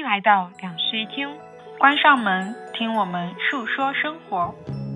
来到两室一厅，关上门，听我们述说生活。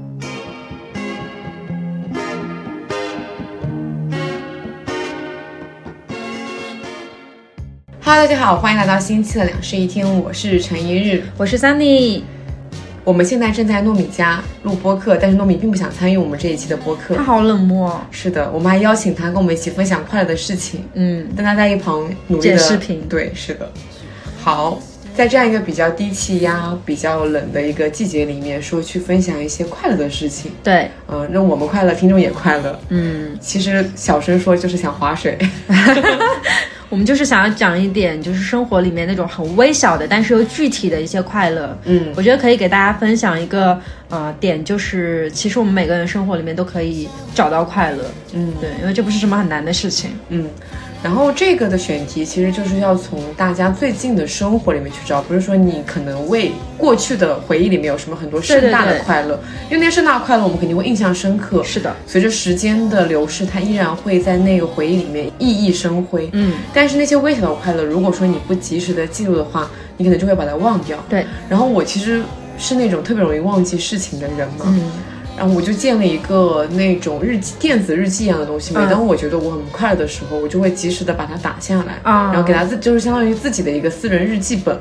Hello， 大家好，欢迎来到新期的两室一厅，我是陈一日， 我是 Sunny。 我们现在正在糯米家录播客，但是糯米并不想参与我们这一期的播客， 他好冷漠。 是的，我们还邀请他跟我们一起分享快乐的事情，但他在一旁努力的剪视频。 对，是的。好，在这样一个比较低气压、比较冷的一个季节里面，说去分享一些快乐的事情。 对， 让我们快乐，听众也快乐。其实小声说就是想划水。 我们就是想要讲一点，就是生活里面那种很微小的，但是又具体的一些快乐。我觉得可以给大家分享一个点，就是其实我们每个人生活里面都可以找到快乐。对，因为这不是什么很难的事情。 然后这个的选题其实就是要从大家最近的生活里面去找，不是说你可能为过去的回忆里面有什么很多盛大的快乐，因为那些盛大的快乐我们肯定会印象深刻。 是的， 随着时间的流逝，它依然会在那个回忆里面熠熠生辉。但是那些微小的快乐，如果说你不及时的记录的话，你可能就会把它忘掉。 对， 然后我其实是那种特别容易忘记事情的人嘛。然后我就建了一个那种电子日记一样的东西，每当我觉得我很快乐的时候，我就会及时的把它打下来，然后给它就是相当于自己的一个私人日记本。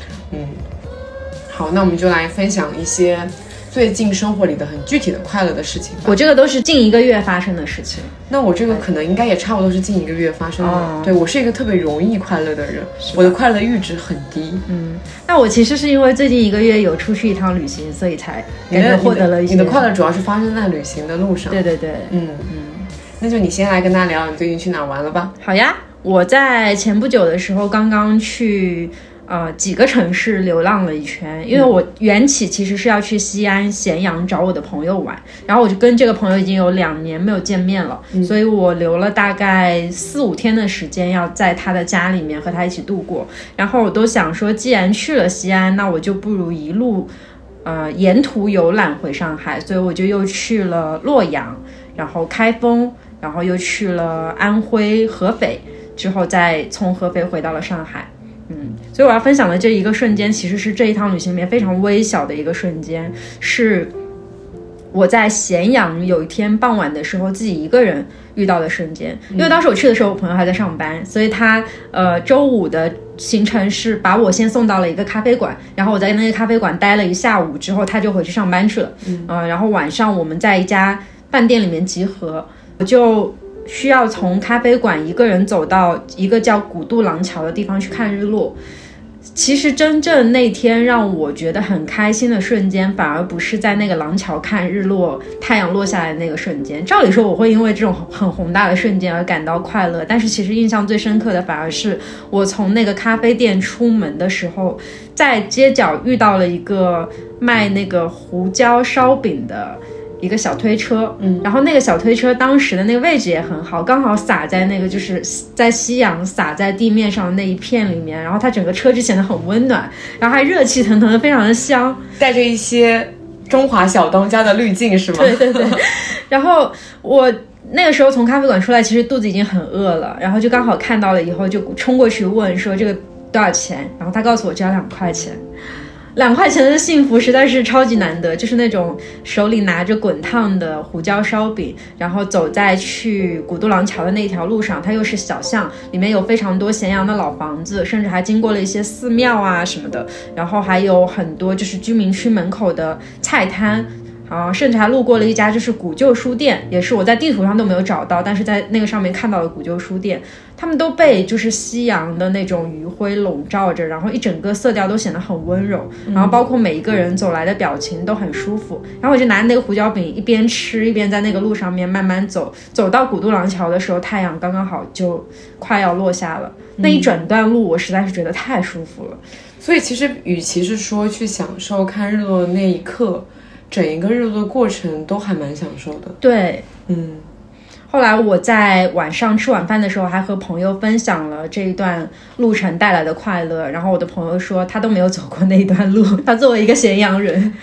好，那我们就来分享一些最近生活里的很具体的快乐的事情吧。 我这个都是近1个月发生的事情。 那我这个可能应该也差不多是近1个月发生的。对，我是一个特别容易快乐的人，我的快乐阈值很低。 那我其实是因为最近1个月有出去一趟旅行，所以才感觉获得了一些。 你的快乐主要是发生在旅行的路上。 对对对。 那就你先来跟大家聊聊你最近去哪玩了吧。 好呀，我在前不久的时候刚刚去几个城市流浪了一圈，因为我缘起其实是要去西安咸阳找我的朋友玩，然后我就跟这个朋友已经有2年没有见面了，所以我留了大概4、5天的时间要在他的家里面和他一起度过。然后我都想说，既然去了西安，那我就不如一路沿途游览回上海，所以我就又去了洛阳，然后开封，然后又去了安徽合肥，之后再从合肥回到了上海。所以我要分享的这一个瞬间，其实是这一趟旅行里面非常微小的一个瞬间，是我在咸阳有一天傍晚的时候自己一个人遇到的瞬间。因为当时我去的时候我朋友还在上班，所以他周5的行程是把我先送到了一个咖啡馆，然后我在那个咖啡馆待了一下午之后他就回去上班去了。然后晚上我们在一家饭店里面集合，我就需要从咖啡馆一个人走到一个叫古渡廊桥的地方去看日落。其实真正那天让我觉得很开心的瞬间，反而不是在那个廊桥看日落太阳落下来的那个瞬间。照理说我会因为这种很宏大的瞬间而感到快乐，但是其实印象最深刻的反而是我从那个咖啡店出门的时候，在街角遇到了一个卖那个胡椒烧饼的一个小推车，然后那个小推车当时的那个位置也很好，刚好洒在那个就是在夕阳洒在地面上的那一片里面，然后它整个车就显得很温暖，然后还热气腾腾的，非常的香， 带着一些中华小当家的滤镜是吗？ 对对对。然后我那个时候从咖啡馆出来，其实肚子已经很饿了，然后就刚好看到了以后就冲过去问说这个多少钱，然后他告诉我只要2块钱。2块钱的幸福实在是超级难得，就是那种手里拿着滚烫的胡椒烧饼，然后走在去古渡廊桥的那条路上，它又是小巷，里面有非常多咸阳的老房子，甚至还经过了一些寺庙啊什么的，然后还有很多就是居民区门口的菜摊，甚至还路过了一家就是古旧书店，也是我在地图上都没有找到，但是在那个上面看到了古旧书店，他们都被就是夕阳的那种余晖笼罩着，然后一整个色调都显得很温柔，然后包括每一个人走来的表情都很舒服。然后我就拿那个胡椒饼一边吃一边在那个路上面慢慢走，走到古渡廊桥的时候，太阳刚刚好就快要落下了，那一整段路我实在是觉得太舒服了。 所以其实与其是说去享受看日落的那一刻，整一个日落的过程都还蛮享受的。 对，后来我在晚上吃晚饭的时候还和朋友分享了这一段路程带来的快乐，然后我的朋友说他都没有走过那一段路，他作为一个咸阳人。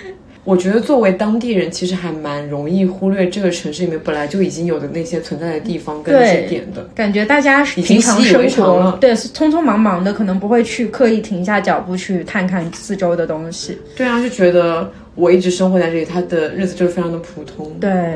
我觉得作为当地人，其实还蛮容易忽略这个城市里面本来就已经有的那些存在的地方跟那些点的。 感觉大家平常生活对匆匆忙忙的，可能不会去刻意停下脚步去探看四周的东西。 对啊，就觉得我一直生活在这里，他的日子就是非常的普通。 对，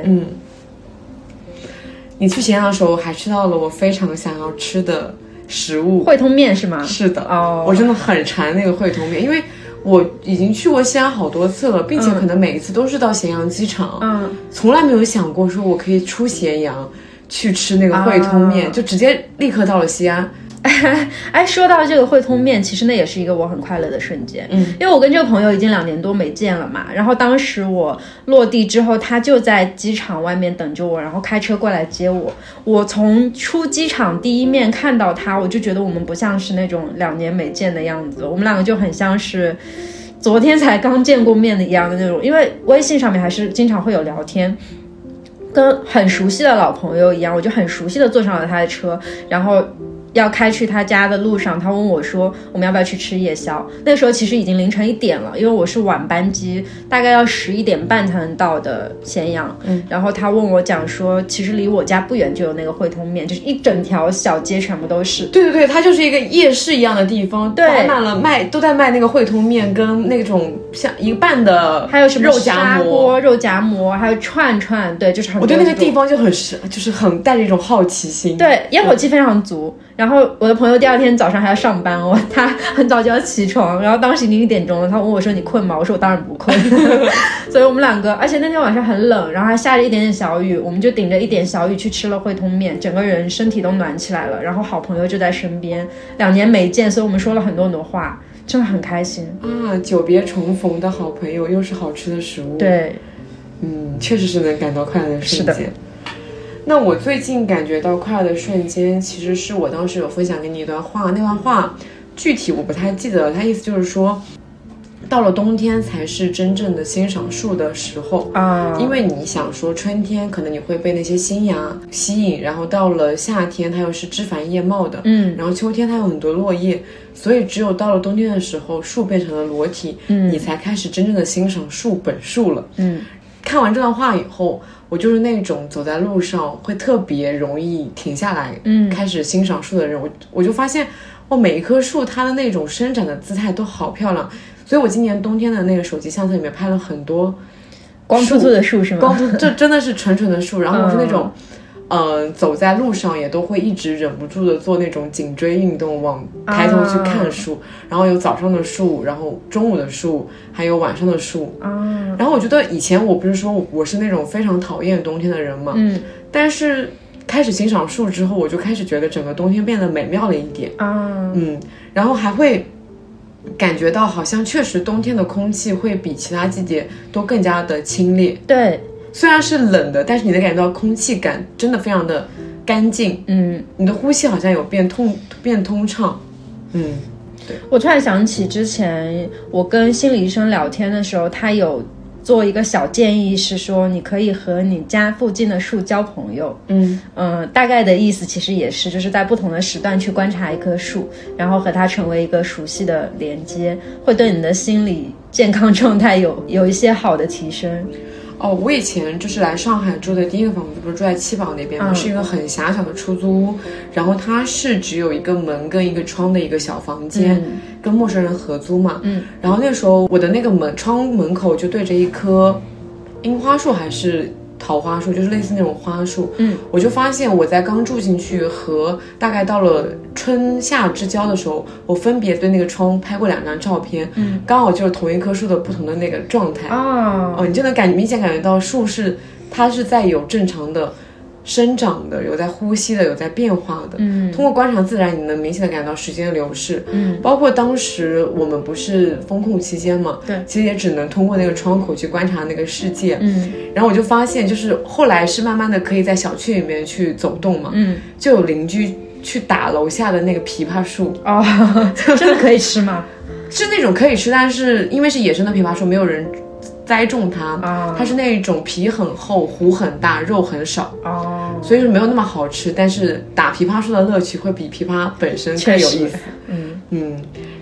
你去咸阳的时候还吃到了我非常想要吃的食物， 汇通面是吗？ 是的，我真的很馋那个汇通面，因为我已经去过西安好多次了，并且可能每一次都是到咸阳机场，从来没有想过说我可以出咸阳去吃那个汇通面，就直接立刻到了西安。 哎，说到这个汇通面，其实那也是一个我很快乐的瞬间。因为我跟这个朋友已经2年多没见了嘛，然后当时我落地之后，他就在机场外面等着我，然后开车过来接我。我从出机场第一面看到他，我就觉得我们不像是那种2年没见的样子，我们2个就很像是昨天才刚见过面的一样的那种，因为微信上面还是经常会有聊天，跟很熟悉的老朋友一样，我就很熟悉的坐上了他的车，然后要开去他家的路上，他问我说我们要不要去吃夜宵。那时候其实已经凌晨1点了，因为我是晚班机，大概要11点半才能到的咸阳。然后他问我讲说，其实离我家不远就有那个汇通面，就是一整条小街全部都是。 对对对，它就是一个夜市一样的地方，摆满了都在卖那个汇通面跟那种像一半的， 还有什么砂锅、肉夹馍，还有串串，对，就是很多。 我对那个地方就就是很带着一种好奇心， 对，烟火气非常足。然后我的朋友第2天早上还要上班哦，他很早就要起床，然后当时已经1点钟了，他问我说你困吗？我说我当然不困。所以我们2个，而且那天晚上很冷，然后还下着一点点小雨，我们就顶着一点小雨去吃了汇通面，整个人身体都暖起来了，然后好朋友就在身边，2年没见，所以我们说了很多很多话，真的很开心啊！久别重逢的好朋友，又是好吃的食物， 对， 确实是能感到快乐的瞬间。是的。那我最近感觉到快乐的瞬间，其实是我当时有分享给你一段话，那段话具体我不太记得了，它意思就是说，到了冬天才是真正的欣赏树的时候啊，因为你想说春天可能你会被那些新芽吸引，然后到了夏天它又是枝繁叶茂的，然后秋天它有很多落叶，所以只有到了冬天的时候，树变成了裸体，你才开始真正的欣赏树本树了。看完这段话以后，我就是那种走在路上会特别容易停下来，开始欣赏树的人。我就发现，每一棵树它的那种伸展的姿态都好漂亮。所以我今年冬天的那个手机相册里面拍了很多光秃秃的树，是吗？ 光秃，这真的是纯纯的树。然后我是那种，走在路上也都会一直忍不住的做那种颈椎运动，往抬头去看树。然后有早上的树，然后中午的树，还有晚上的树。然后我觉得以前我不是说我是那种非常讨厌冬天的人嘛，但是开始欣赏树之后，我就开始觉得整个冬天变得美妙了一点。然后还会感觉到好像确实冬天的空气会比其他季节都更加的清冽。 对， 虽然是冷的，但是你能感觉到空气感真的非常的干净。你的呼吸好像有变通畅。对， 我突然想起之前我跟心理医生聊天的时候，他有做一个小建议，是说你可以和你家附近的树交朋友。大概的意思其实也是就是在不同的时段去观察一棵树，然后和它成为一个熟悉的连接，会对你的心理健康状态有一些好的提升。 我以前就是来上海住的第一个房子，不是住在七宝那边吗？是一个很狭小的出租屋，然后它是只有一个门跟一个窗的一个小房间，跟陌生人合租嘛。然后那时候我的那个窗门口就对着一棵樱花树还是桃花树，就是类似那种花树。我就发现我在刚住进去和大概到了春夏之交的时候，我分别对那个窗拍过2张照片，刚好就是同一棵树的不同的那个状态。你就能明显感觉到树它是在有正常的生长的，有在呼吸的，有在变化的。通过观察自然，你能明显的感觉到时间的流逝。包括当时我们不是封控期间嘛，对，其实也只能通过那个窗口去观察那个世界。然后我就发现，就是后来是慢慢的可以在小区里面去走动嘛，就有邻居去打楼下的那个枇杷树。 真的可以吃吗？ 是那种可以吃，但是因为是野生的枇杷树，没有人栽种它，它是那种皮很厚，核很大，肉很少，所以说没有那么好吃。但是打枇杷树的乐趣会比枇杷本身更有意思。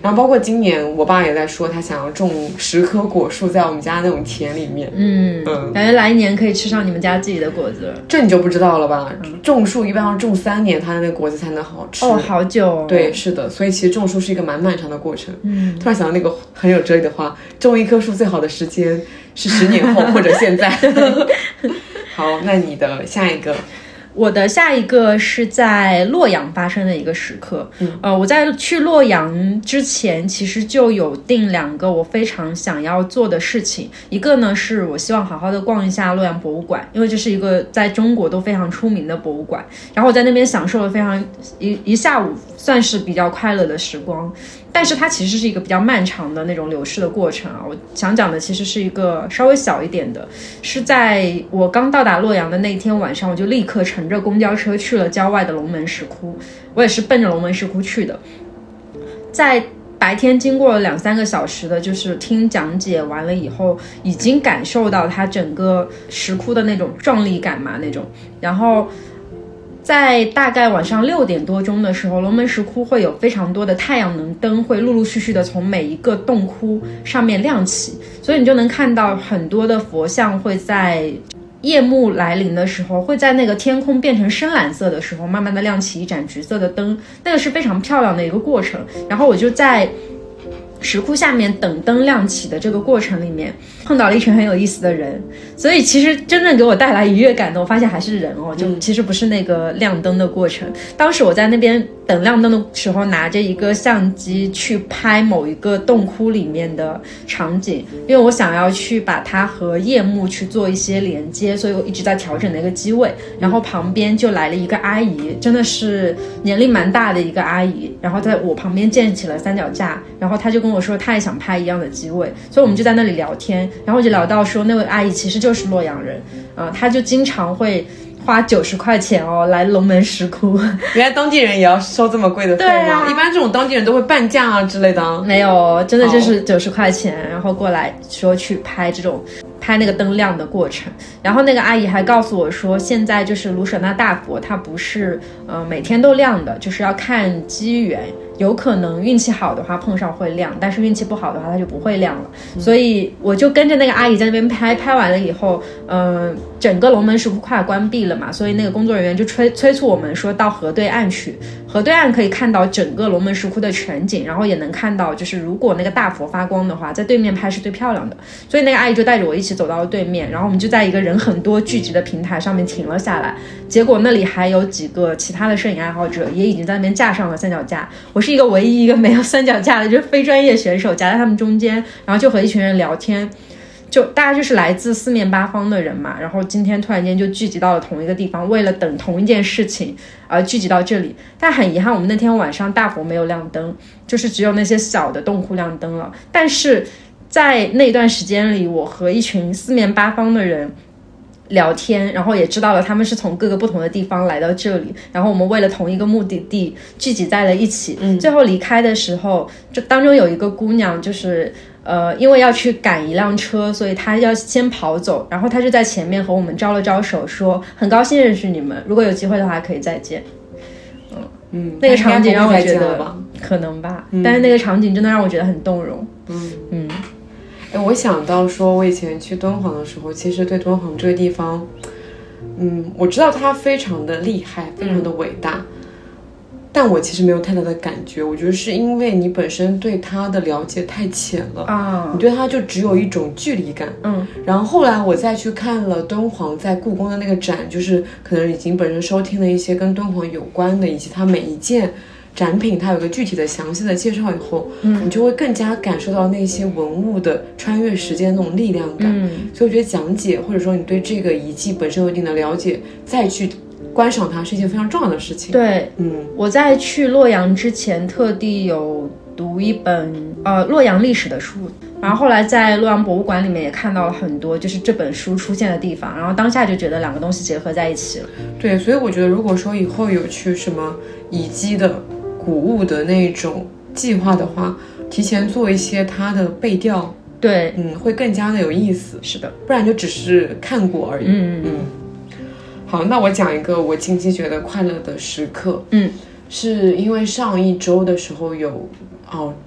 然后包括今年我爸也在说他想要种10棵果树在我们家那种田里面。 感觉来一年可以吃上你们家自己的果子了。 这你就不知道了吧？种树一般要种3年，它的那个果子才能好吃。 好久哦。 对，是的，所以其实种树是一个蛮漫长的过程。突然想到那个很有哲理的话，种一棵树最好的时间是10年后或者现在。好，那你的下一个。 我的下一个是在洛阳发生的一个时刻。我在去洛阳之前其实就有定2个我非常想要做的事情。一个呢是我希望好好的逛一下洛阳博物馆，因为这是一个在中国都非常出名的博物馆，然后我在那边享受了非常一下午，算是比较快乐的时光。但是它其实是一个比较漫长的那种流逝的过程啊。我想讲的其实是一个稍微小一点的，是在我刚到达洛阳的那天晚上，我就立刻乘着公交车去了郊外的龙门石窟。我也是奔着龙门石窟去的。在白天经过了2-3个小时的就是听讲解完了以后，已经感受到它整个石窟的那种壮丽感嘛那种。然后在大概晚上6点多钟的时候，龙门石窟会有非常多的太阳能灯会陆陆续续的从每一个洞窟上面亮起，所以你就能看到很多的佛像会在夜幕来临的时候，会在那个天空变成深蓝色的时候慢慢的亮起一盏橘色的灯，那个是非常漂亮的一个过程。然后我就在石窟下面等灯亮起的这个过程里面碰到了一群很有意思的人，所以其实真正给我带来愉悦感的我发现还是人哦，就其实不是那个亮灯的过程。当时我在那边等亮灯的时候拿着一个相机去拍某一个洞窟里面的场景，因为我想要去把它和夜幕去做一些连接，所以我一直在调整那个机位。然后旁边就来了一个阿姨，真的是年龄蛮大的一个阿姨，然后在我旁边建起了3脚架，然后她就跟我说她也想拍一样的机位，所以我们就在那里聊天，然后就聊到说那位阿姨其实就是洛阳人，她就经常会花90块钱来龙门石窟。 原来当地人也要收这么贵的费吗？对啊，一般这种当地人都会半价啊之类的。 没有，真的就是90块钱，然后过来说去拍那个灯亮的过程。然后那个阿姨还告诉我说，现在就是卢舍那大佛它不是每天都亮的，就是要看机缘，有可能运气好的话碰上会亮，但是运气不好的话它就不会亮了。所以我就跟着那个阿姨在那边拍完了以后，整个龙门石窟快关闭了嘛，所以那个工作人员就催促我们说到河对岸去，河对岸可以看到整个龙门石窟的全景，然后也能看到就是如果那个大佛发光的话，在对面拍是最漂亮的。所以那个阿姨就带着我一起走到了对面，然后我们就在一个人很多聚集的平台上面停了下来。结果那里还有几个其他的摄影爱好者也已经在那边架上了3脚架，我是一个唯一一个没有3脚架的，就是非专业选手夹在他们中间，然后就和一群人聊天。就大家就是来自4面8方的人嘛，然后今天突然间就聚集到了同一个地方，为了等同一件事情而聚集到这里。但很遗憾我们那天晚上大佛没有亮灯，就是只有那些小的洞窟亮灯了。但是在那段时间里，我和一群4面8方的人聊天，然后也知道了他们是从各个不同的地方来到这里，然后我们为了同一个目的地聚集在了一起。最后离开的时候，就当中有一个姑娘就是因为要去赶一辆车，所以她要先跑走，然后她就在前面和我们招了招手，说很高兴认识你们，如果有机会的话可以再见。那个场景让我觉得可能吧，但是那个场景真的让我觉得很动容。 我想到说我以前去敦煌的时候，其实对敦煌这个地方我知道它非常的厉害，非常的伟大，但我其实没有太大的感觉。我觉得是因为你本身对它的了解太浅了你对它就只有一种距离感。然后后来我再去看了敦煌在故宫的那个展，就是可能已经本身收听了一些跟敦煌有关的，以及它每一件展品它有个具体的详细的介绍以后，你就会更加感受到那些文物的穿越时间的那种力量感。所以我觉得讲解或者说你对这个遗迹本身有一定的了解，再去观赏它是一件非常重要的事情。 对，我在去洛阳之前特地有读一本洛阳历史的书，然后后来在洛阳博物馆里面也看到了很多就是这本书出现的地方，然后当下就觉得2个东西结合在一起了。 对，所以我觉得如果说以后有去什么遗迹的古物的那种计划的话，提前做一些它的背调， 对， 会更加的有意思。 是的， 不然就只是看过而已。好，那我讲一个我近期觉得快乐的时刻。是因为上一周的时候有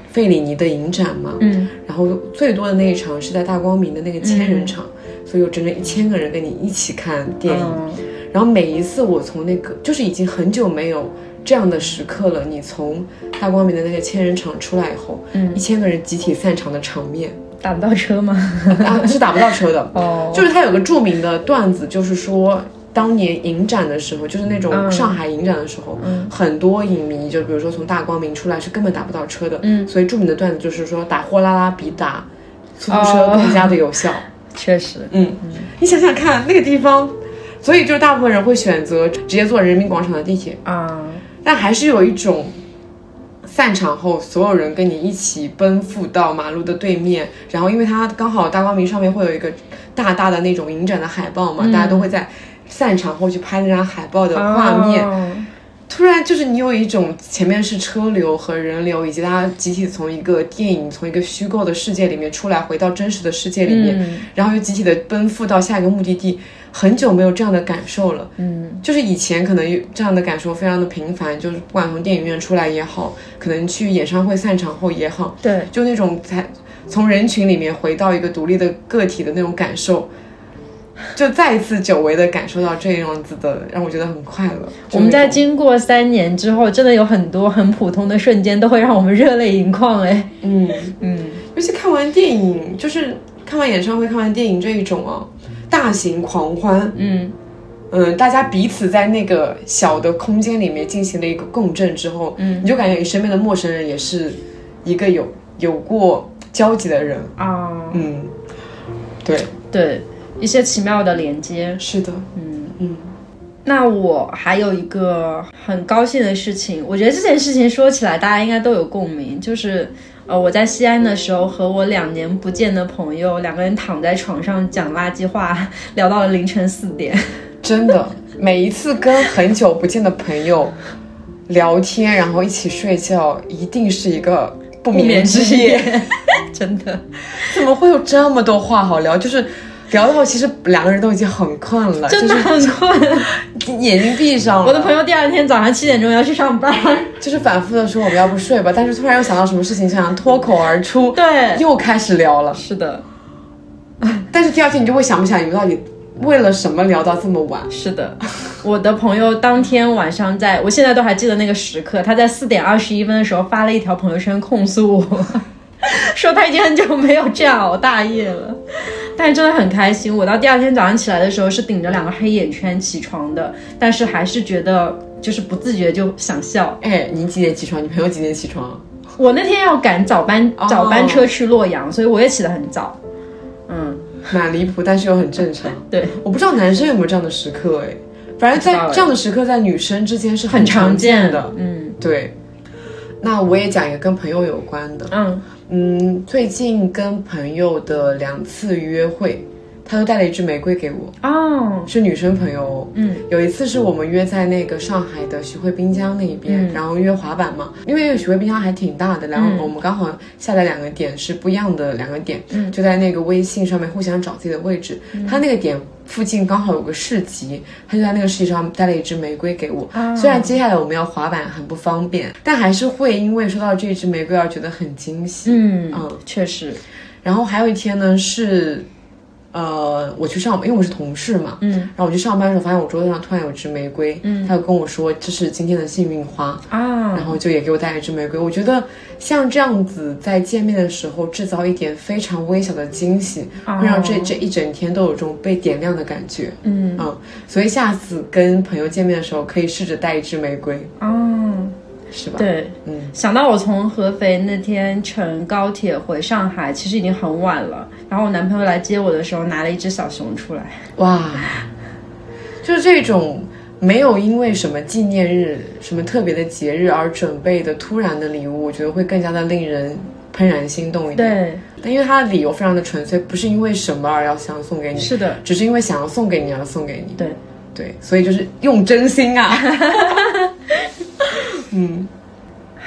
费里尼的影展嘛，然后最多的那一场是在大光明的那个1000人场，所以有整整1000个人跟你一起看电影，然后每一次我从那个就是已经很久没有这样的时刻了，你从大光明的那个1000人场出来以后，1000个人集体散场的场面， 打不到车吗？ 是打不到车的就是他有个著名的段子，就是说当年影展的时候，就是那种上海影展的时候，很多影迷就比如说从大光明出来是根本打不到车的，所以著名的段子就是说打货拉拉比打出租车更加的有效。 确实， 你想想看那个地方，所以就是大部分人会选择直接坐人民广场的地铁但还是有一种散场后所有人跟你一起奔赴到马路的对面，然后因为它刚好大光明上面会有一个大大的那种影展的海报嘛，大家都会在散场后去拍那张海报的画面，突然就是你有一种前面是车流和人流，以及大家集体从一个电影从一个虚构的世界里面出来回到真实的世界里面，然后又集体的奔赴到下一个目的地，很久没有这样的感受了。就是以前可能这样的感受非常的频繁，就是不管从电影院出来也好，可能去演唱会散场后也好， 对， 就那种从人群里面回到一个独立的个体的那种感受，就再一次久违的感受到这样子的，让我觉得很快乐。 我们在经过3年之后，真的有很多很普通的瞬间都会让我们热泪盈眶。 尤其看完电影，就是看完演唱会看完电影这一种大型狂欢，大家彼此在那个小的空间里面进行了一个共振之后，你就感觉你身边的陌生人也是一个有过交集的人对，一些奇妙的连接。 是的， 那我还有一个很高兴的事情，我觉得这件事情说起来大家应该都有共鸣，就是我在西安的时候和我2年不见的朋友2个人躺在床上讲垃圾话，聊到了凌晨4点。 真的，每一次跟很久不见的朋友聊天，然后一起睡觉，一定是一个不眠之夜。 真的， 怎么会有这么多话好聊？就是聊到其实2个人都已经很困了， 真的很困， 眼睛闭上了。 我的朋友第2天早上7点钟要去上班， 就是反复的说我们要不睡吧，但是突然又想到什么事情，想脱口而出， 对， 又开始聊了。 是的， 但是第2天你就会想不起来你们到底为了什么聊到这么晚。 是的，我的朋友当天晚上我现在都还记得那个时刻，他在4点21分的时候发了一条朋友圈控诉我，说他已经很久没有这样熬大夜了，但是真的很开心。我到第2天早上起来的时候是顶着2个黑眼圈起床的，但是还是觉得就是不自觉就想笑。 你几点起床？你朋友几点起床？ 我那天要赶早班车去洛阳，所以我也起得很早。 蛮离谱，但是又很正常。 对， 我不知道男生有没有这样的时刻反正在这样的时刻在女生之间是很常见的。对。那我也讲一个跟朋友有关的。最近跟朋友的2次约会，他都带了一支玫瑰给我。是女生朋友。有一次是我们约在那个上海的徐汇滨江那一边，然后约滑板嘛，因为徐汇滨江还挺大的，然后我们刚好下来2个点是不一样的2个点，就在那个微信上面互相找自己的位置。他那个点附近刚好有个市集，他就在那个市集上带了一支玫瑰给我。虽然接下来我们要滑板很不方便，但还是会因为收到这支玫瑰而觉得很惊喜。 确实。 然后还有一天呢是我去上班，因为我是同事嘛，然后我去上班的时候发现我桌子上突然有支玫瑰，他就跟我说这是今天的幸运花然后就也给我带了一支玫瑰。我觉得像这样子在见面的时候制造一点非常微小的惊喜，会让这一整天都有这种被点亮的感觉。所以下次跟朋友见面的时候可以试着带一支玫瑰。是吧？ 对，想到我从合肥那天乘高铁回上海，其实已经很晚了。然后我男朋友来接我的时候，拿了一只小熊出来。哇， 就是这种没有因为什么纪念日、什么特别的节日而准备的突然的礼物，我觉得会更加的令人怦然心动一点。 对， 但因为它的理由非常的纯粹，不是因为什么而要想送给你， 是的， 只是因为想要送给你而送给你。 对， 所以就是用真心啊。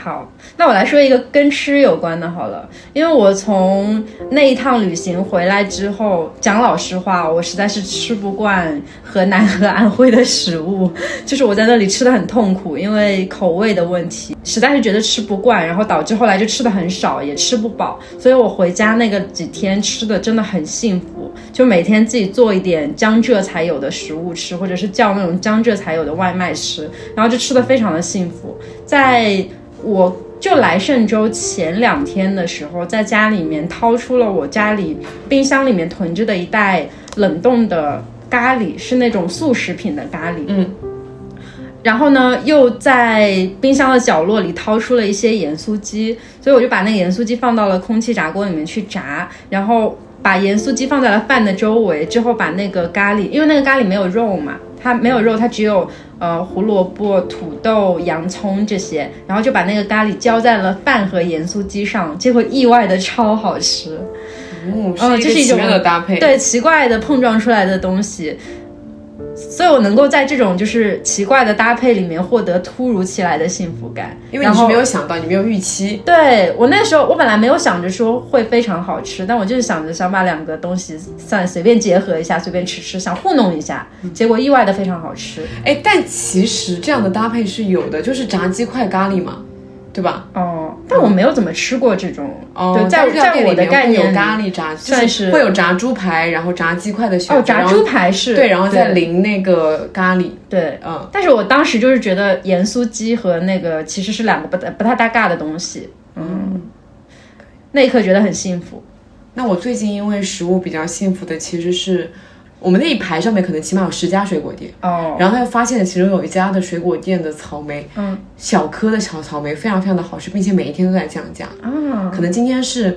好，那我来说一个跟吃有关的好了，因为我从那一趟旅行回来之后，讲老实话，我实在是吃不惯河南和安徽的食物，就是我在那里吃的很痛苦，因为口味的问题，实在是觉得吃不惯，然后导致后来就吃的很少，也吃不饱，所以我回家那个几天吃的真的很幸福，就每天自己做一点江浙才有的食物吃，或者是叫那种江浙才有的外卖吃，然后就吃的非常的幸福。在我就来嵊州前2天的时候，在家里面掏出了我家里冰箱里面囤着的一袋冷冻的咖喱，是那种速食品的咖喱。然后呢，又在冰箱的角落里掏出了一些盐酥鸡，所以我就把那个盐酥鸡放到了空气炸锅里面去炸，然后把盐酥鸡放在了饭的周围，之后把那个咖喱，因为那个咖喱没有肉嘛，它没有肉，它只有胡萝卜、土豆、洋葱这些，然后就把那个咖喱浇在了饭和盐酥鸡上，结果意外的超好吃。 是一个奇妙的搭配， 对，奇怪的碰撞出来的东西。所以我能够在这种就是奇怪的搭配里面获得突如其来的幸福感， 因为你是没有想到，你没有预期。 对，我那时候我本来没有想着说会非常好吃，但我就是想着想把2个东西算随便结合一下，随便吃，想糊弄一下，结果意外的非常好吃。 但其实这样的搭配是有的，就是炸鸡块咖喱嘛，对吧？ 但我没有怎么吃过这种。对，在我的概念里， 有咖喱炸， 算是会有炸猪排，然后炸鸡块的选择。 炸猪排是对，然后再淋那个咖喱。 对，但是我当时就是觉得盐酥鸡和那个其实是2个不太搭嘎的东西。那一刻觉得很幸福。 那我最近因为食物比较幸福的其实是我们那一排上面可能起码有10家水果店然后他又发现其中有一家的水果店的草莓小颗的小草莓非常非常的好吃，并且每一天都在降价可能今天是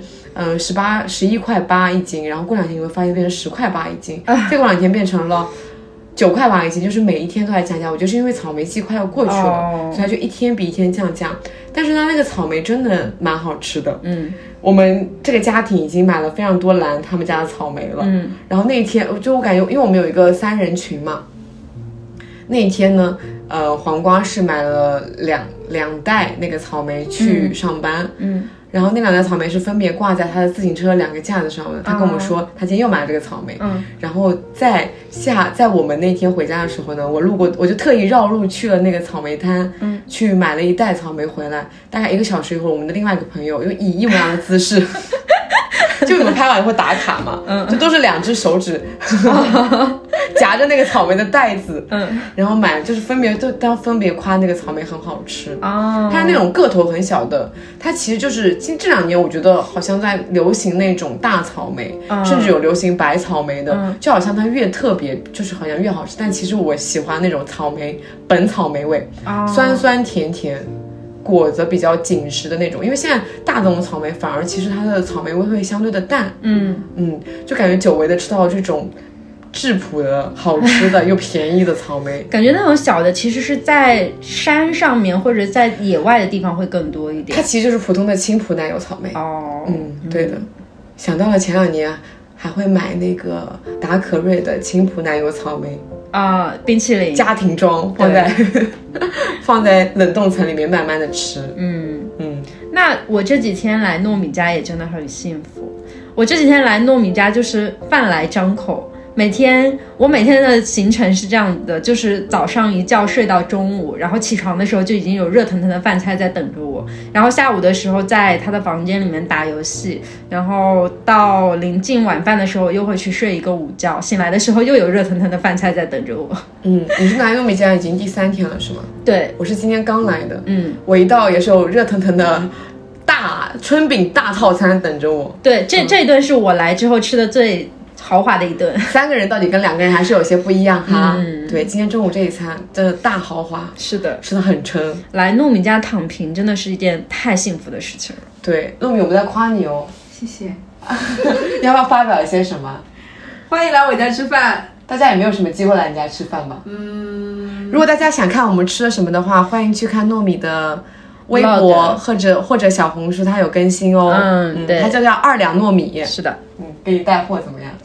11块8一斤，然后过2天你会发现变成10块8一斤再过2天变成了9块8一斤，就是每一天都在降价。我觉得是因为草莓季快要过去了所以它就一天比一天降价，但是呢那个草莓真的蛮好吃的我们这个家庭已经买了非常多篮他们家的草莓了然后那一天就我感觉因为我们有一个3人群嘛，那一天呢黄瓜是买了两袋那个草莓去上班然后那2袋草莓是分别挂在他的自行车2个架子上的他跟我们说他今天又买了这个草莓然后在我们那天回家的时候呢，我路过我就特意绕路去了那个草莓摊去买了1袋草莓回来，大概1个小时以后我们的另外一个朋友又以一模一样的姿势就你们拍完以后打卡嘛就都是2只手指夹着那个草莓的袋子然后买就是分别夸那个草莓很好吃它是那种个头很小的，它其实就是这2年我觉得好像在流行那种大草莓甚至有流行白草莓的就好像它越特别就是好像越好吃，但其实我喜欢那种草莓本草莓味酸酸甜甜果子比较紧实的那种，因为现在大众的草莓反而其实它的草莓味会相对的淡就感觉久违的吃到这种质朴的好吃的又便宜的草莓感觉那种小的其实是在山上面或者在野外的地方会更多一点， 它其实就是普通的青浦奶油草莓对的想到了前2年还会买那个达可瑞的青浦奶油草莓冰淇淋家庭装放在冷冻层里面慢慢的吃那我这几天来糯米家也真的很幸福，我这几天来糯米家就是饭来张口，我每天的行程是这样的，就是早上一觉睡到中午，然后起床的时候就已经有热腾腾的饭菜在等着我，然后下午的时候在他的房间里面打游戏，然后到临近晚饭的时候又会去睡一个午觉，醒来的时候又有热腾腾的饭菜在等着我你是来糯米家已经第3天了是吗？ 对， 我是今天刚来的我一到也是有热腾腾的大春饼大套餐等着我。 对，这一顿是我来之后吃的最豪华的一顿 ，3个人到底跟2个人还是有些不一样哈对，今天中午这一餐真的大豪华， 是的， 吃得很撑。 来糯米家躺平真的是一件太幸福的事情了。 对，糯米我们在夸你哦， 谢谢你要不要发表一些什么？ 欢迎来我家吃饭。 大家也没有什么机会来你家吃饭吧如果大家想看我们吃了什么的话，欢迎去看糯米的微博或者小红书，它有更新哦。 对， 它叫2两糯米。 是的， 给你带货怎么样？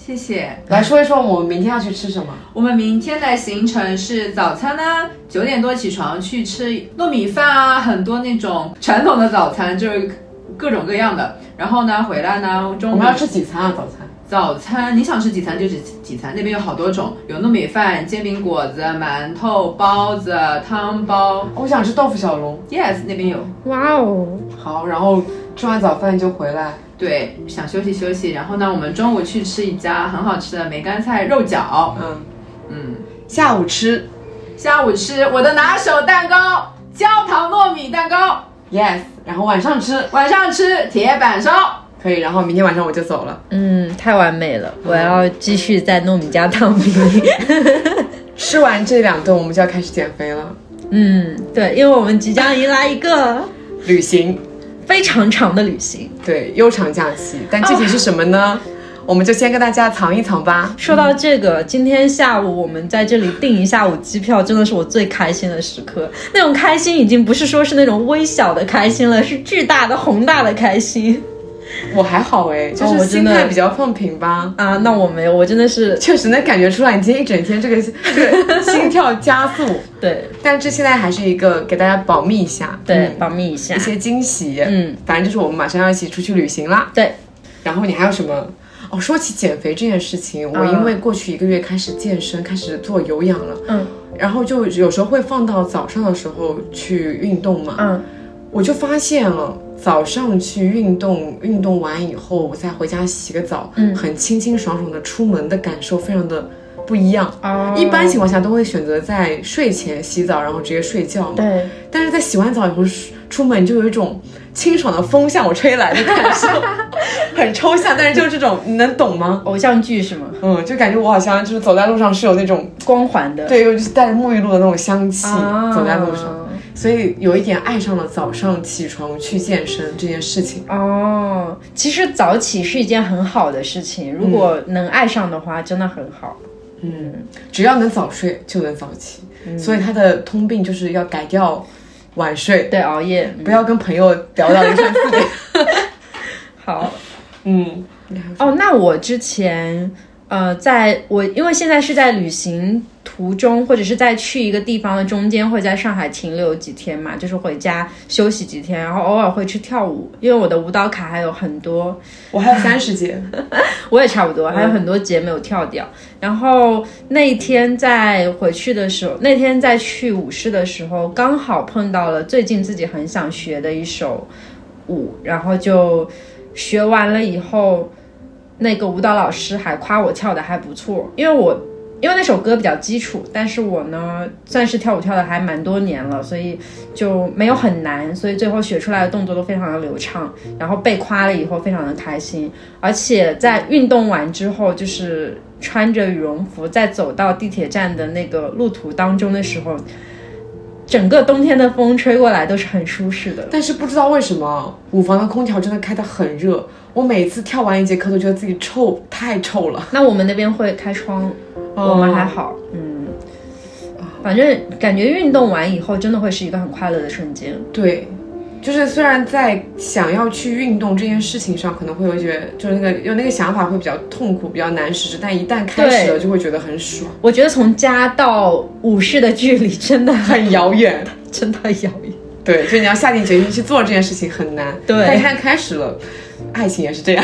谢谢。 来说一说我们明天要去吃什么。 我们明天的行程是早餐呢，9点多起床去吃糯米饭啊，很多那种传统的早餐，就是各种各样的。然后呢，回来呢，中午我们要吃几餐啊？ 早餐你想吃几餐就吃几餐，那边有好多种，有糯米饭、煎饼果子、馒头、包子、汤包。 我想吃豆腐小笼。 Yes， 那边有。 哇哦， 好，然后吃完早饭就回来。 对，想休息休息。然后呢，我们中午去吃一家很好吃的梅干菜肉饺。 下午吃我的拿手蛋糕，焦糖糯米蛋糕。 Yes， 然后晚上吃铁板烧。 可以，然后明天晚上我就走了。 太完美了，我要继续在糯米加烫饼。 吃完这2顿我们就要开始减肥了。 对，因为我们即将迎来一个旅行， 非常长的旅行。 对，悠长假期，但具体是什么呢？我们就先跟大家藏一藏吧。 说到这个，今天下午我们在这里订一下午机票，真的是我最开心的时刻。那种开心已经不是说是那种微小的开心了，是巨大的宏大的开心。 我还好就是心态比较放平吧。 那我没有，我真的是确实能感觉出来你今天一整天这个心跳加速。 对， 但这现在还是一个给大家保密一下。 对，保密一下一些惊喜。反正就是我们马上要一起出去旅行啦。 对， 然后你还有什么？说起减肥这件事情，我因为过去1个月开始健身，开始做有氧了。然后就有时候会放到早上的时候去运动嘛。我就发现了，早上去运动完以后，我再回家洗个澡，很清清爽爽的出门的感受非常的不一样。一般情况下都会选择在睡前洗澡，然后直接睡觉嘛。 对。 但是在洗完澡以后出门，就有一种清爽的风向我吹来的感受，很抽象，但是就是这种，你能懂吗？ 偶像剧是吗？ 就感觉我好像就是走在路上是有那种光环的， 对，就是带着沐浴露的那种香气，走在路上。所以有一点爱上了早上起床去健身这件事情。 其实早起是一件很好的事情，如果能爱上的话，真的很好。 只要能早睡就能早起。所以他的通病就是要改掉晚睡， 对，熬夜， 不要跟朋友聊到凌晨4点。 好，那我之前因为现在是在旅行途中，或者是在去一个地方的中间，会在上海停留几天嘛，就是回家休息几天，然后偶尔会去跳舞，因为我的舞蹈卡还有很多， 我还有30节。 我也差不多，还有很多节没有跳掉。然后那一天在回去的时候，那天在去舞室的时候，刚好碰到了最近自己很想学的一首舞，然后就学完了以后，那个舞蹈老师还夸我跳的还不错，因为那首歌比较基础，但是我呢算是跳舞跳的还蛮多年了，所以就没有很难，所以最后学出来的动作都非常的流畅，然后被夸了以后非常的开心。而且在运动完之后，就是穿着羽绒服在走到地铁站的那个路途当中的时候，整个冬天的风吹过来都是很舒适的。 但是不知道为什么舞房的空调真的开得很热，我每次跳完一节课都觉得自己臭，太臭了。 那我们那边会开窗，我们还好。反正感觉运动完以后真的会是一个很快乐的瞬间。 对，就是虽然在想要去运动这件事情上可能会觉得就是那个想法会比较痛苦，比较难实施，但一旦开始了就会觉得很爽。 我觉得从家到舞室的距离真的很遥远， 真的很遥远。 对，就你要下定决心去做这件事情很难。 对， 但一旦开始了，爱情也是这样。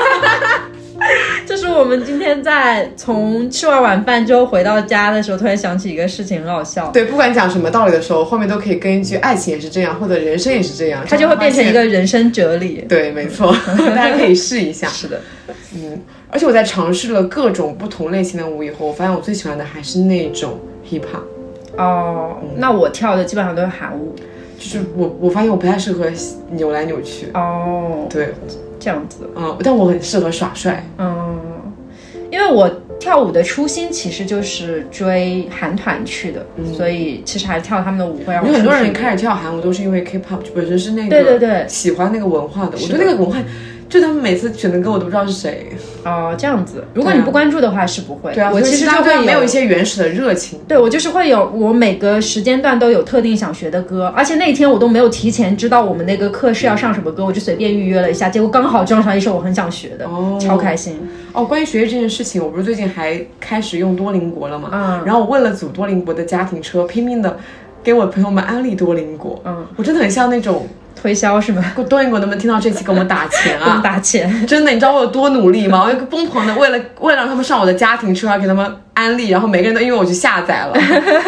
就是我们今天在从吃完晚饭之后回到家的时候，突然想起一个事情，很好笑。 对，不管讲什么道理的时候，后面都可以跟一句爱情也是这样，或者人生也是这样， 它就会变成一个人生哲理。 对，没错，大家可以试一下。 是的， 而且我在尝试了各种不同类型的舞以后，我发现我最喜欢的还是那种 hip hop。 那我跳的基本上都是韩舞， 就是我发现我不太适合扭来扭去。对。 这样子， 但我很适合耍帅。 因为我跳舞的初心其实就是追韩团去的，所以其实还是跳他们的舞会。 有很多人开始跳韩舞都是因为 K-pop 本身是那个对喜欢那个文化的。我对那个文化就他们每次选的歌我都不知道是谁。 哦，这样子。如果你不关注的话是不会。 对啊， 我其实就会没有一些原始的热情。 对，我就是会有，我每个时间段都有特定想学的歌，而且那一天我都没有提前知道我们那个课是要上什么歌，我就随便预约了一下，结果刚好撞上一首我很想学的，超开心。 哦，关于学习这件事情，我不是最近还开始用多邻国了嘛？然后我为了组多邻国的家庭车，拼命的给我朋友们安利多邻国。我真的很像那种。 推销是吗？ 多邻国能不能听到这期给我们打钱啊？ 给我们打钱， 真的，你知道我有多努力吗？我疯狂的为了让他们上我的家庭车，要给他们安利，然后每个人都因为我去下载了，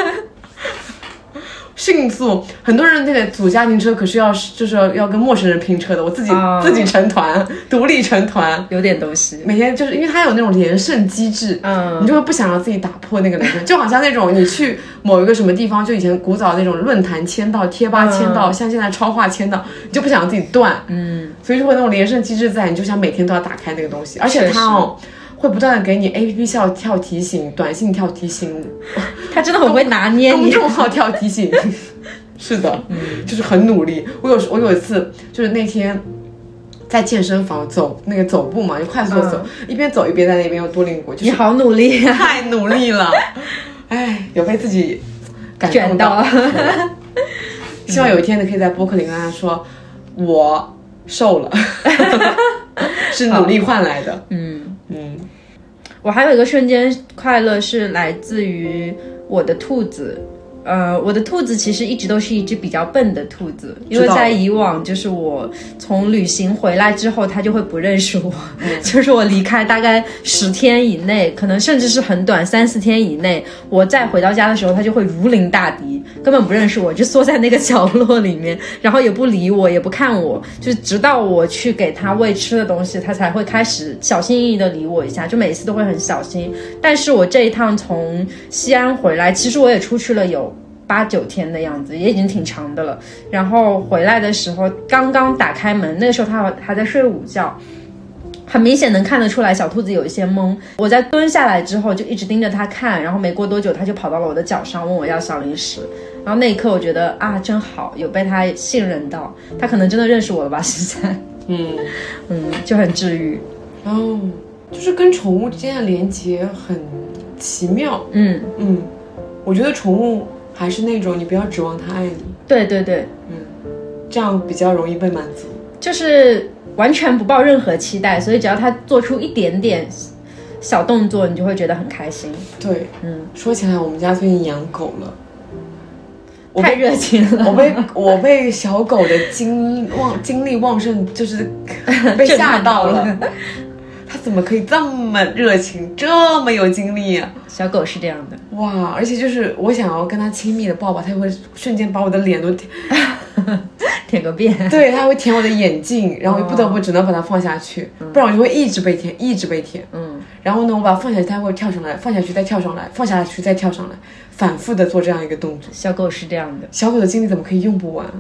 迅速。很多人那个组家庭车可是就是要跟陌生人拼车的，我自己成团，独立成团， 有点东西。 每天就是因为它有那种连胜机制，你就会不想让自己打破那个连胜，就好像那种你去某一个什么地方，就以前古早那种论坛签到、贴吧签到，像现在超话签到，你就不想让自己断，所以就会那种连胜机制在，你就想每天都要打开那个东西，而且它会不断的给你 APP 跳提醒，短信跳提醒， 他真的很会拿捏你。 公众号跳提醒，是的，就是很努力。我有一次就是那天在健身房走步嘛，就快速的走，一边走一边在那边又多邻国，就是你好努力啊， 太努力了，哎，有被自己感动到。 希望有一天你可以在播客里跟大家说，我瘦了，是努力换来的。 我还有一个瞬间快乐是来自于我的兔子。我的兔子其实一直都是一只比较笨的兔子，因为在以往就是我从旅行回来之后它就会不认识我，就是我离开大概10天以内，可能甚至是很短3-4天以内，我再回到家的时候它就会如临大敌，根本不认识我，就缩在那个角落里面，然后也不理我也不看我，就是直到我去给它喂吃的东西它才会开始小心翼翼的理我一下，就每次都会很小心。但是我这一趟从西安回来，其实我也出去了有8-9天的样子，也已经挺长的了。然后回来的时候刚刚打开门，那个时候他还在睡午觉，很明显能看得出来小兔子有一些懵。我在蹲下来之后就一直盯着它看，然后没过多久它就跑到了我的脚上问我要小零食。然后那一刻我觉得啊真好，有被它信任到，它可能真的认识我了吧现在。就很治愈。 就是跟宠物之间的连接很奇妙。我觉得宠物还是那种你不要指望它爱你。 对对对， 这样比较容易被满足， 就是完全不抱任何期待，所以只要它做出一点点小动作你就会觉得很开心。 对，说起来我们家最近养狗了， 太热情了。 我被小狗的精力旺盛，就是被吓到了。它怎么可以这么热情，这么有精力啊？ 小狗是这样的， 哇！而且就是我想要跟它亲密的抱抱，它会瞬间把我的脸都舔个遍。对， 它会舔我的眼镜，然后我不得不只能把它放下去，不然我就会一直被舔，一直被舔。然后呢，我把它放下去，它会跳上来，放下去再跳上来，放下去再跳上来，反复的做这样一个动作。 小狗是这样的， 小狗的精力怎么可以用不完？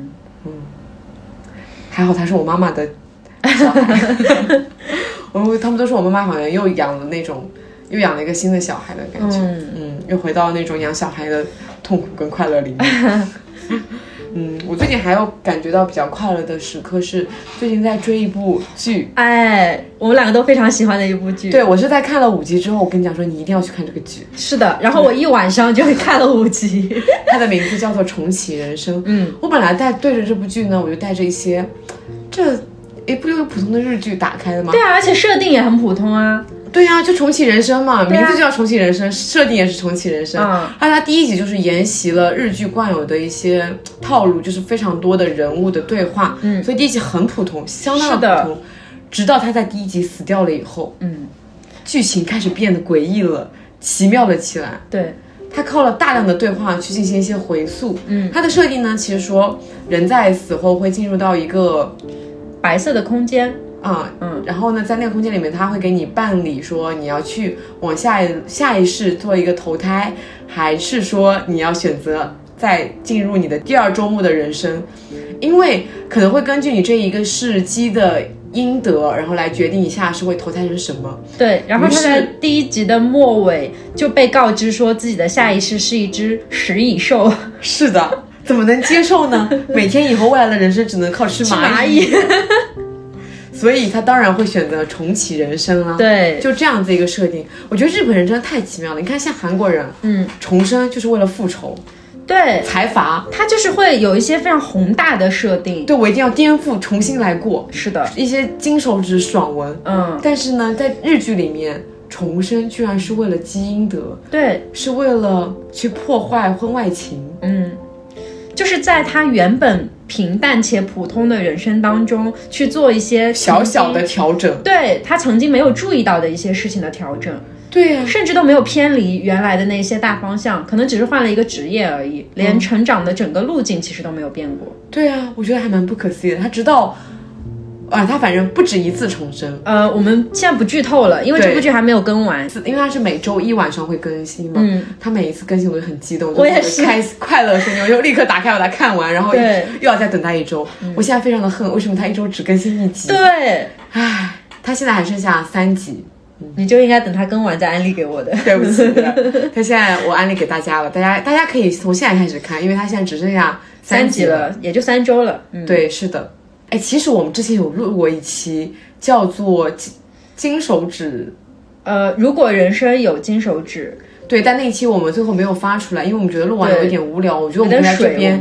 还好它是我妈妈的小孩。他们都说我妈妈好像又养了一个新的小孩的感觉。又回到那种养小孩的痛苦跟快乐里面。我最近还有感觉到比较快乐的时刻是最近在追一部剧。 我们两个都非常喜欢的一部剧。 对，我是在看了5集之后，我跟你讲说你一定要去看这个剧。 是的，然后我一晚上就看了5集。 它的名字叫做《重启人生》。我本来对着这部剧呢，我就带着一些不就是普通的日剧打开的吗？ 对啊，而且设定也很普通啊。 对啊，就重启人生嘛，名字就叫重启人生，设定也是重启人生。它第1集就是沿袭了日剧惯有的一些套路，就是非常多的人物的对话。所以第1集很普通，相当的普通。直到他在第1集死掉了以后，剧情开始变得诡异了，奇妙了起来。 对。 他靠了大量的对话去进行一些回溯。他的设定呢，其实说人在死后会进入到一个白色的空间。 然后呢，在那个空间里面，他会给你办理说你要去往下一世做一个投胎，还是说你要选择再进入你的第2周目的人生，因为可能会根据你这一个世积的阴德，然后来决定你下世会投胎成什么。 对，然后他在第1集的末尾就被告知说自己的下一世是一只食蚁兽。 是的，怎么能接受呢？每天以后未来的人生只能靠吃蚂蚁。 所以他当然会选择重启人生了。 对， 就这样子一个设定，我觉得日本人真的太奇妙了。你看，像韩国人，重生就是为了复仇， 对， 财阀， 他就是会有一些非常宏大的设定。 对，我一定要颠覆，重新来过。 是的， 一些金手指爽文，但是呢，在日剧里面，重生居然是为了积阴德， 对， 是为了去破坏婚外情。 就是在他原本平淡且普通的人生当中去做一些小小的调整， 对他曾经没有注意到的一些事情的调整。 对呀， 甚至都没有偏离原来的那些大方向，可能只是换了一个职业而已，连成长的整个路径其实都没有变过。 对啊，我觉得还蛮不可思议的。他直到他反正不止一次重生。 我们现在不剧透了，因为这部剧还没有更完， 因为它是每周一晚上会更新嘛。他每一次更新我就很激动， 我也是快乐声音，我就立刻打开把它看完，然后又要再等待一周。我现在非常的恨，为什么他一周只更新一集？ 对， 唉，他现在还剩下3集。 你就应该等它更完再安利给我的。 对不起，他现在我安利给大家了，大家可以从现在开始看，因为他现在只剩下3集了，也就3周了。 对，是的。哎，其实我们之前有录过一期叫做金手指， 如果人生有金手指。 对，但那一期我们最后没有发出来，因为我们觉得录完有一点无聊，我觉得我们在这边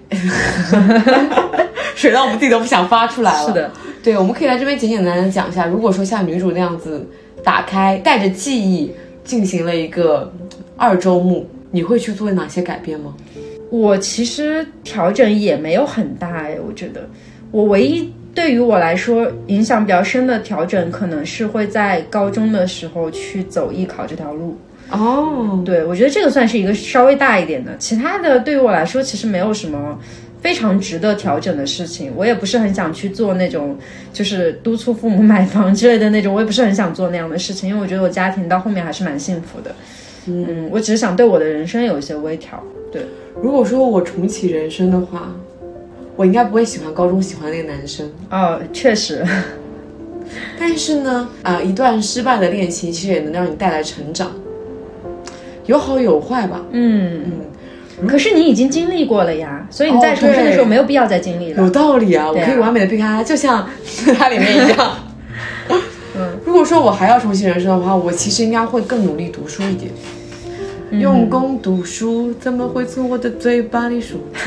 水到我们自己都不想发出来了。 是的， 对，我们可以来这边简简单单讲一下，如果说像女主那样子打开带着记忆进行了一个2周目，你会去做哪些改变吗？ 我其实调整也没有很大我觉得我唯一对于我来说影响比较深的调整，可能是会在高中的时候去走艺考这条路。对，我觉得这个算是一个稍微大一点的，其他的对于我来说其实没有什么非常值得调整的事情。我也不是很想去做那种就是督促父母买房之类的那种，我也不是很想做那样的事情，因为我觉得我家庭到后面还是蛮幸福的。我只是想对我的人生有一些微调。对， 如果说我重启人生的话，我应该不会喜欢高中喜欢那个男生。 确实。 但是呢，一段失败的恋情其实也能让你带来成长，有好有坏吧。 可是你已经经历过了呀，所以你在重生的时候没有必要再经历了。 有道理啊，我可以完美的避开它，就像它里面一样。如果说我还要重启人生的话，我其实应该会更努力读书一点。用功读书，怎么会从我的嘴巴里说出？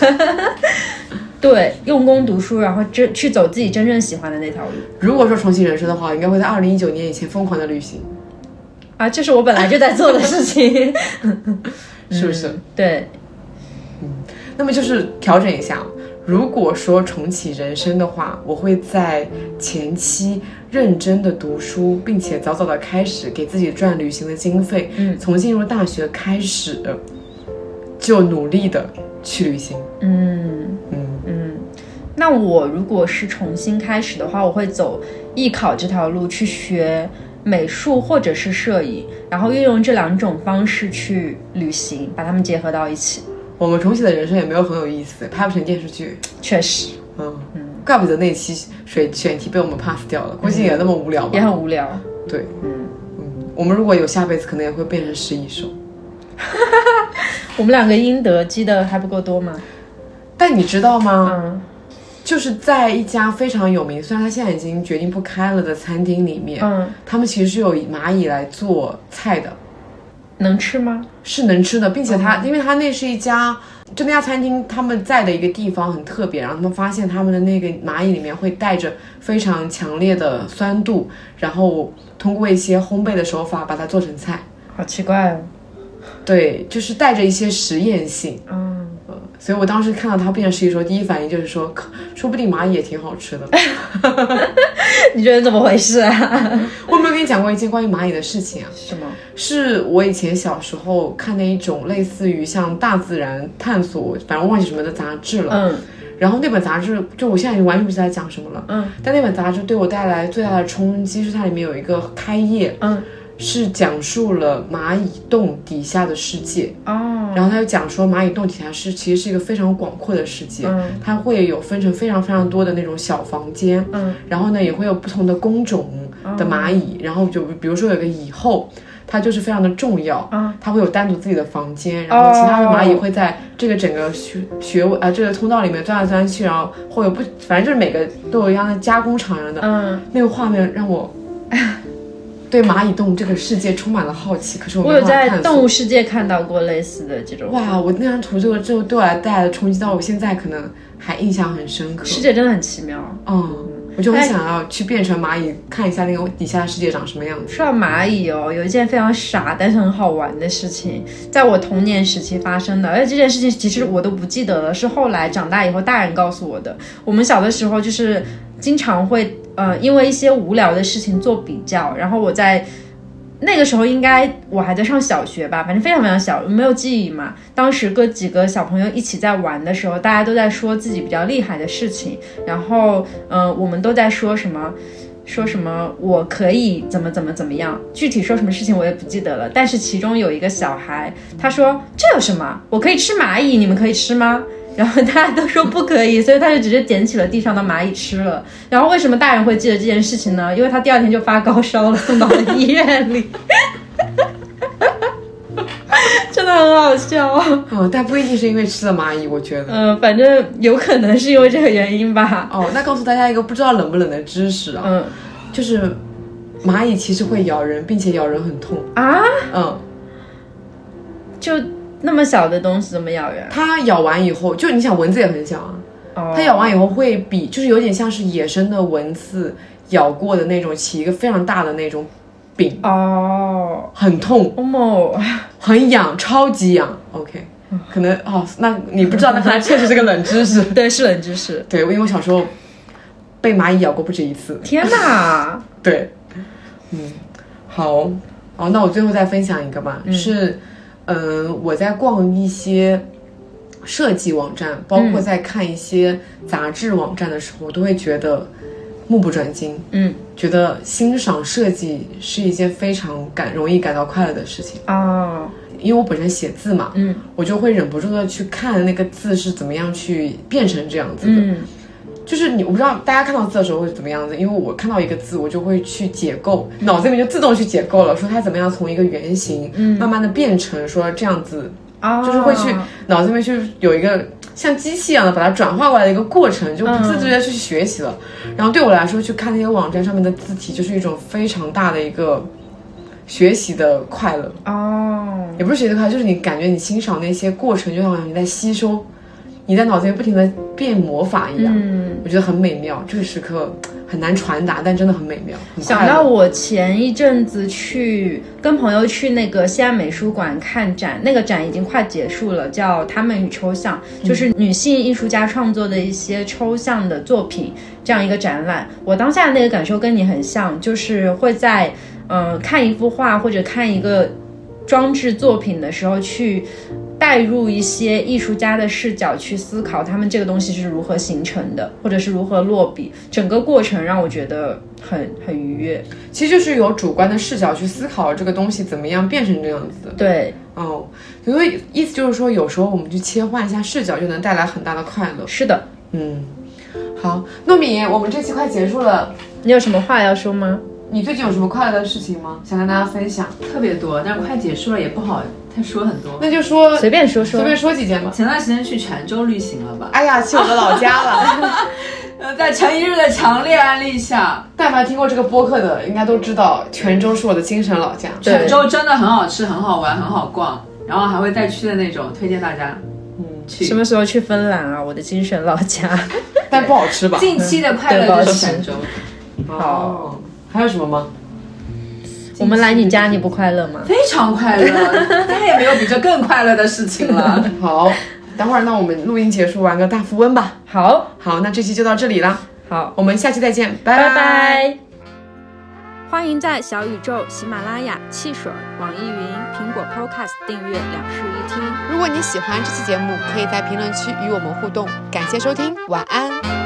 对，用功读书，然后去走自己真正喜欢的那条路。 如果说重启人生的话，应该会在2019年以前疯狂的旅行。 这是我本来就在做的事情。 是不是？ 对。 那么就是调整一下，如果说重启人生的话，我会在前期认真的读书，并且早早的开始给自己赚旅行的经费。从进入大学开始就努力的去旅行。 那我如果是重新开始的话，我会走艺考这条路，去学美术或者是摄影，然后运用这2种方式去旅行，把它们结合到一起。 我们重启的人生也没有很有意思，拍不成电视剧。 确实。 怪不得那期选题被我们 pass 掉了，估计也那么无聊吧。 也很无聊。 对。我们如果有下辈子，可能也会变成食蚁兽。 我们2个阴德积的还不够多吗？ 但你知道吗？就是在一家非常有名，虽然他现在已经决定不开了的餐厅里面，他们其实是有蚂蚁来做菜的。 能吃吗？ 是能吃的，并且因为他那是一家，就那家餐厅他们在的一个地方很特别，然后他们发现他们的那个蚂蚁里面会带着非常强烈的酸度，然后通过一些烘焙的手法把它做成菜。 好奇怪哦。对， 就是带着一些实验性。所以我当时看到它变成食蚁兽，第一反应就是说不定蚂蚁也挺好吃的。 你觉得怎么回事啊？ 我有没有跟你讲过一件关于蚂蚁的事情啊？ 什么？是我以前小时候看那一种类似于像大自然探索，反正忘记什么的杂志了。然后那本杂志就我现在已经完全不知道在讲什么了。但那本杂志对我带来最大的冲击是它里面有一个开页。是讲述了蚂蚁洞底下的世界。然后他就讲说蚂蚁洞底下其实是一个非常广阔的世界。它会有分成非常非常多的那种小房间。然后呢也会有不同的工种的蚂蚁。然后就比如说有个蚁后， 它就是非常的重要，它会有单独自己的房间，然后其他的蚂蚁会在这个整个这个通道里面钻来钻去，然后会有反正就是每个都有一样的加工厂一样的，那个画面让我对蚂蚁动物这个世界充满了好奇。可是我有在动物世界看到过类似的这种。 哇，我那张图这个对我带来的冲击到我现在可能还印象很深刻。 世界真的很奇妙。 我就很想要去变成蚂蚁，看一下那个底下的世界长什么样子。 说到蚂蚁有一件非常傻但是很好玩的事情，在我童年时期发生的，而且这件事情其实我都不记得了，是后来长大以后大人告诉我的。我们小的时候就是经常会因为一些无聊的事情做比较，然后我在那个时候应该我还在上小学吧，反正非常非常小，没有记忆嘛。当时几个小朋友一起在玩的时候，大家都在说自己比较厉害的事情，然后我们都在说什么我可以怎么样，具体说什么事情我也不记得了。但是其中有一个小孩他说这有什么，我可以吃蚂蚁，你们可以吃吗？然后大家都说不可以，所以他就直接捡起了地上的蚂蚁吃了。然后为什么大人会记得这件事情呢？因为他第二天就发高烧了，送到了医院里。真的很好笑但不一定是因为吃了蚂蚁，我觉得反正有可能是因为这个原因吧。 那告诉大家一个不知道冷不冷的知识啊，就是蚂蚁其实会咬人，并且咬人很痛啊。就那么小的东西怎么咬人？ 它咬完以后，就你想蚊子也很小啊，它咬完以后会比就是有点像是野生的蚊子咬过的那种起一个非常大的那种饼很痛很痒，超级痒。 OK， 可能那你不知道，那可能确实是个冷知识。 对，是冷知识。 对，因为我小时候被蚂蚁咬过不止一次。 天哪！ 对，好，那我最后再分享一个吧，是我在逛一些设计网站，包括在看一些杂志网站的时候，我都会觉得目不转睛，觉得欣赏设计是一件非常容易感到快乐的事情因为我本身写字嘛，我就会忍不住的去看那个字是怎么样去变成这样子的，就是我不知道大家看到字的时候会是怎么样子，因为我看到一个字我就会去解构，脑子里面就自动去解构了，说它怎么样从一个圆形慢慢的变成说这样子，就是会去脑子里面去有一个像机器一样的把它转化过来的一个过程，就不自觉的去学习了。然后对我来说去看那些网站上面的字体就是一种非常大的一个学习的快乐也不是学习的快乐，就是你感觉你欣赏那些过程就好像你在吸收，你在脑子里不停的变魔法一样，我觉得很美妙，这个时刻很难传达，但真的很美妙，很快乐。 想到我前一阵子跟朋友去那个西安美术馆看展，那个展已经快结束了，叫《他们与抽象》，就是女性艺术家创作的一些抽象的作品这样一个展览。我当下的那个感受跟你很像，就是会在看一幅画或者看一个装置作品的时候去带入一些艺术家的视角去思考他们这个东西是如何形成的，或者是如何落笔，整个过程让我觉得很愉悦。 其实就是有主观的视角去思考这个东西怎么样变成这样子的。 对， 所以意思就是说有时候我们去切换一下视角就能带来很大的快乐。 是的。 好，糯米，我们这期快结束了， 你有什么话要说吗？ 你最近有什么快乐的事情吗？想跟大家分享？ 特别多，但是快结束了也不好太说很多， 那就说随便说几件吧。 前段时间去泉州旅行了吧？ 哎呀，去我的老家了。 在陈一日的强烈安利下， 但凡听过这个播客的应该都知道，泉州是我的精神老家。 泉州真的很好吃，很好玩，很好逛，然后还会再去的那种，推荐大家去。 什么时候去芬兰啊？我的精神老家。 但不好吃吧？ 近期的快乐就是泉州。 好，还有什么吗？ 我们来你家你不快乐吗？ 非常快乐，再也没有比这更快乐的事情了。 好，等会儿那我们录音结束玩个大富翁吧。 好， 那这期就到这里啦。 好， 我们下期再见， 拜拜。 欢迎在小宇宙、喜马拉雅、汽水、网易云、苹果 Podcast 订阅两室一厅。 如果你喜欢这期节目，可以在评论区与我们互动。感谢收听，晚安。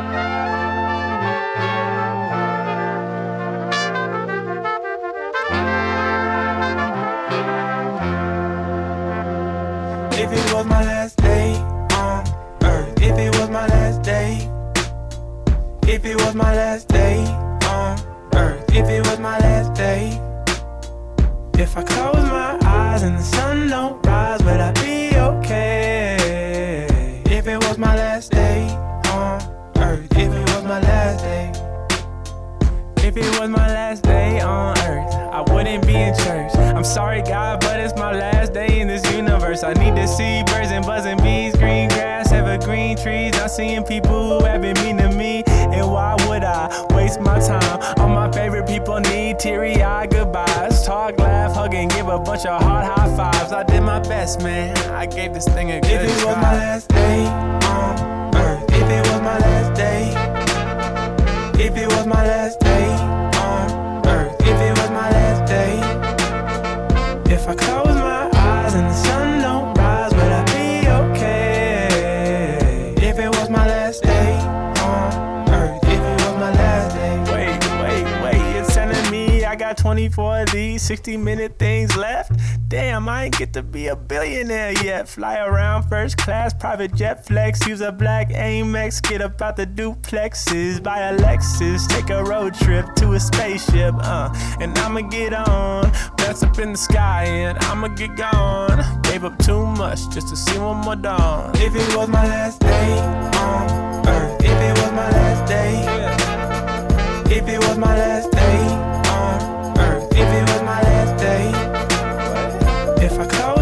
If it was my last day on earth, if it was my last day, if it was my last day on earth, if it was my last day, if If I close my eyes and the sun don't rise, would I be okay? If it was my last day on earth, if it was my last day. If it was my last day on earth, I wouldn't be in church. I'm sorry God, but it's my last day in this universe. I need to see birds and buzzing bees, green grass, evergreen trees. I'm seeing people who have been mean to me, and why would I waste my time? All my favorite people need teary-eyed goodbyes. Talk, laugh, hug, and give a bunch of hard high fives. I did my best, man. I gave this thing a good try. If it was my last day on earth, if it was my last day, if it was my last day on earth, if it was my last day, if I close my eyes and the sun don't rise, would I be okay? If it was my last day on earth, if it was my last day. Wait, you're telling me I got 24 of these 60-minute things left? Damn, I ain't get to be a billionaire yet. Fly around first class, private jet flex, use a black Amex, get up out the duplexes, buy a Lexus, take a road trip to a spaceship, and I'ma get on, best up in the sky, and I'ma get gone. Gave up too much just to see one more dawn. If it was my last day on earth, if it was my last day, if it was my last day on earth, if it was my last day. If I close